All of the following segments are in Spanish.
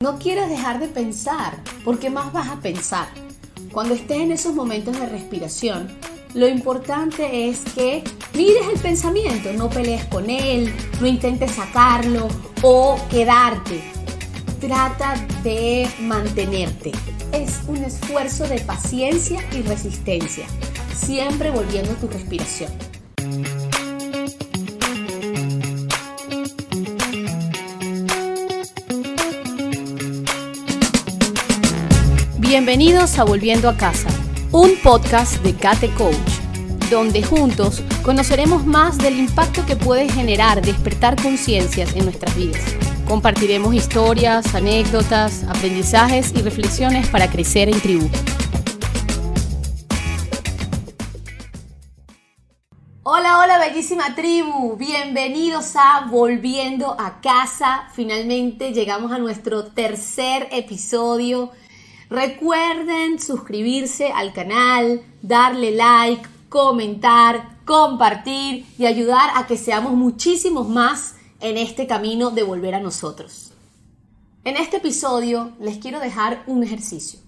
No quieras dejar de pensar, porque más vas a pensar. Cuando estés en esos momentos de respiración, lo importante es que mires el pensamiento, no pelees con él, no intentes sacarlo o quedarte. Trata de mantenerte. Es un esfuerzo de paciencia y resistencia, siempre volviendo a tu respiración. Bienvenidos a Volviendo a Casa, un podcast de Kate Coach, donde juntos conoceremos más del impacto que puede generar despertar conciencias en nuestras vidas. Compartiremos historias, anécdotas, aprendizajes y reflexiones para crecer en tribu. Hola, hola bellísima tribu, bienvenidos a Volviendo a Casa. Finalmente llegamos a nuestro tercer episodio. Recuerden suscribirse al canal, darle like, comentar, compartir y ayudar a que seamos muchísimos más en este camino de volver a nosotros. En este episodio les quiero dejar un ejercicio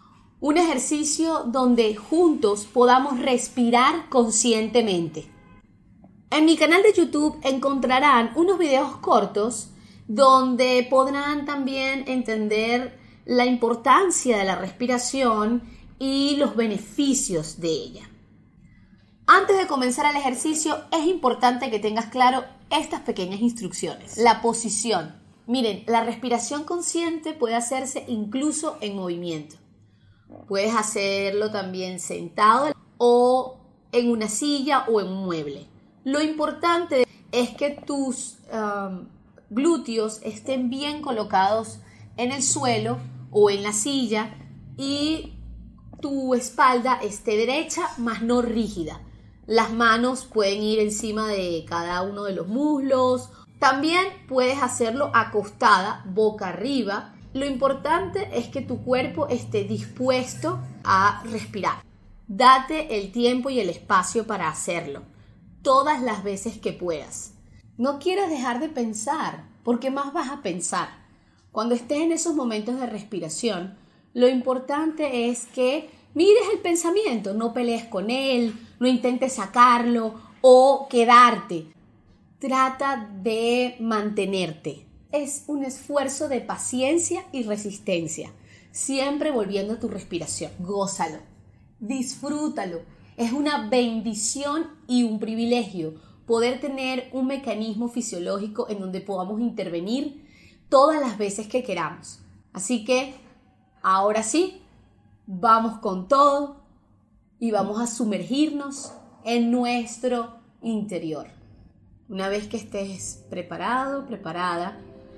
donde juntos podamos respirar conscientemente. En mi canal de YouTube encontrarán unos videos cortos donde podrán también entender la importancia de la respiración y los beneficios de ella. Antes de comenzar el ejercicio, es importante que tengas claro estas pequeñas instrucciones. La posición. Miren, la respiración consciente puede hacerse incluso en movimiento. Puedes hacerlo también sentado o en una silla o en un mueble. Lo importante es que tus glúteos estén bien colocados en el suelo o en la silla y tu espalda esté derecha, más no rígida. Las manos pueden ir encima de cada uno de los muslos. También puedes hacerlo acostada, boca arriba. Lo importante es que tu cuerpo esté dispuesto a respirar. Date el tiempo y el espacio para hacerlo, todas las veces que puedas. No quieras dejar de pensar, porque más vas a pensar. Cuando estés en esos momentos de respiración, lo importante es que mires el pensamiento, no pelees con él, no intentes sacarlo o quedarte. Trata de mantenerte. Es un esfuerzo de paciencia y resistencia, siempre volviendo a tu respiración. Gózalo, disfrútalo. Es una bendición y un privilegio poder tener un mecanismo fisiológico en donde podamos intervenir todas las veces que queramos. Así que, ahora sí, vamos con todo y vamos a sumergirnos en nuestro interior. Una vez que estés preparado, preparada,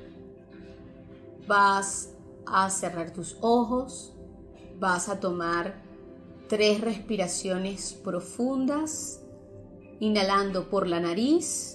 vas a cerrar tus ojos, vas a tomar 3 respiraciones profundas, inhalando por la nariz,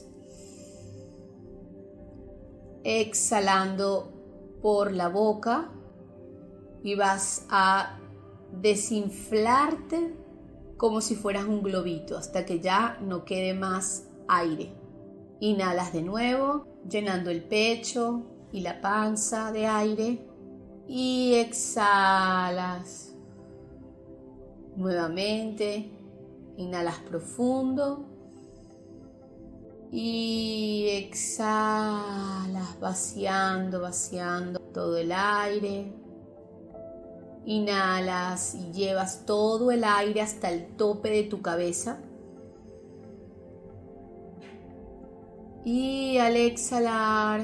exhalando por la boca y vas a desinflarte como si fueras un globito hasta que ya no quede más aire. Inhalas de nuevo, llenando el pecho y la panza de aire y exhalas. Nuevamente, inhalas profundo y exhalas vaciando todo el aire. Inhalas y llevas todo el aire hasta el tope de tu cabeza. Y al exhalar,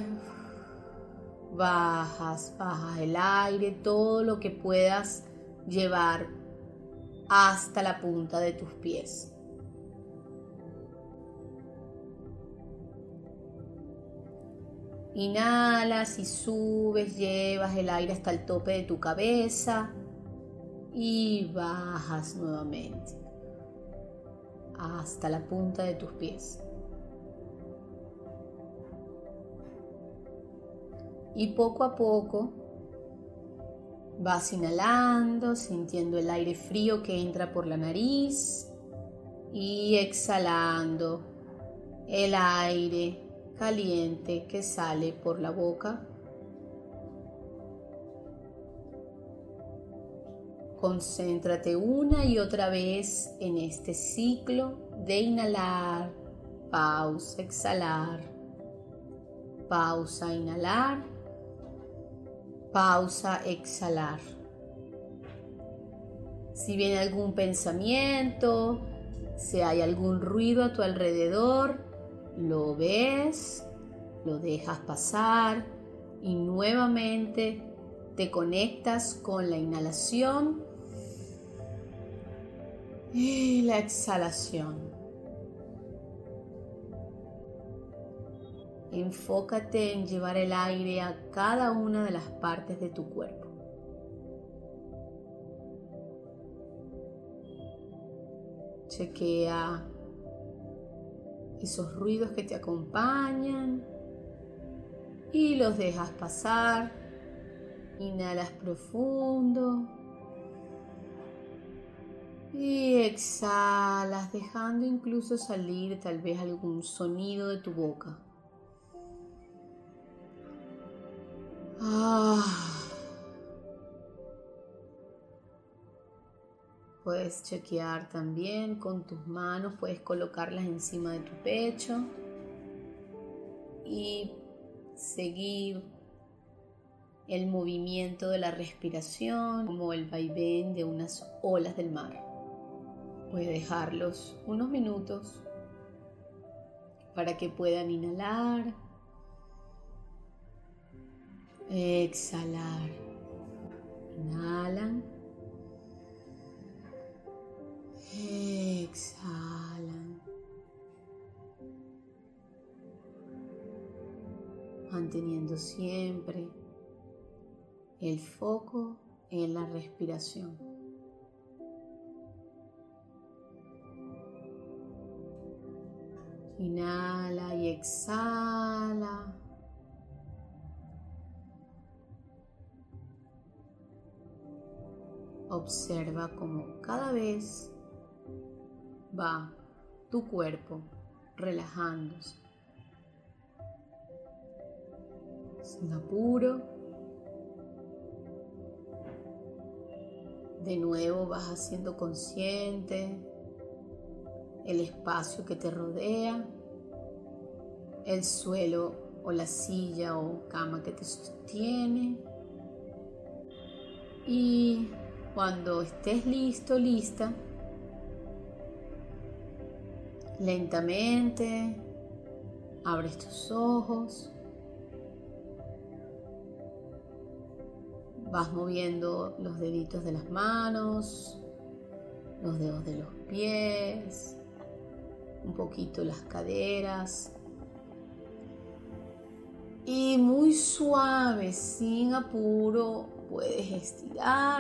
bajas el aire, todo lo que puedas llevar hasta la punta de tus pies. Inhalas y subes, llevas el aire hasta el tope de tu cabeza y bajas nuevamente hasta la punta de tus pies. Y poco a poco vas inhalando, sintiendo el aire frío que entra por la nariz y exhalando el aire caliente que sale por la boca. Concéntrate una y otra vez en este ciclo de inhalar, pausa, exhalar, pausa, inhalar, pausa, exhalar. Si viene algún pensamiento, si hay algún ruido a tu alrededor, lo ves, lo dejas pasar y nuevamente te conectas con la inhalación y la exhalación. Enfócate en llevar el aire a cada una de las partes de tu cuerpo. Chequea esos ruidos que te acompañan y los dejas pasar. Inhalas profundo y exhalas, dejando incluso salir tal vez algún sonido de tu boca. Puedes chequear también con tus manos, puedes colocarlas encima de tu pecho y seguir el movimiento de la respiración como el vaivén de unas olas del mar. Puedes dejarlos unos minutos para que puedan inhalar, exhalar. Inhalan, exhalan, manteniendo siempre el foco en la respiración. Inhala y exhala. Observa cómo cada vez va tu cuerpo relajándose. Sin apuro. De nuevo vas haciendo consciente el espacio que te rodea, el suelo o la silla o cama que te sostiene. Y cuando estés listo, lista, lentamente abres tus ojos. Vas moviendo los deditos de las manos, los dedos de los pies, un poquito las caderas. Y muy suave, sin apuro, puedes estirar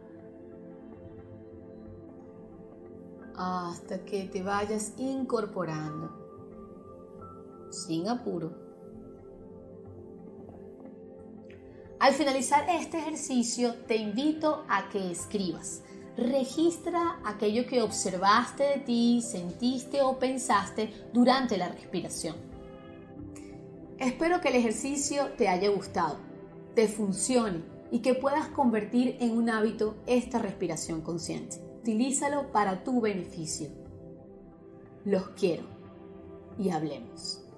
hasta que te vayas incorporando, sin apuro. Al finalizar este ejercicio, te invito a que escribas. Registra aquello que observaste de ti, sentiste o pensaste durante la respiración. Espero que el ejercicio te haya gustado, te funcione y que puedas convertir en un hábito esta respiración consciente. Utilízalo para tu beneficio. Los quiero y hablemos.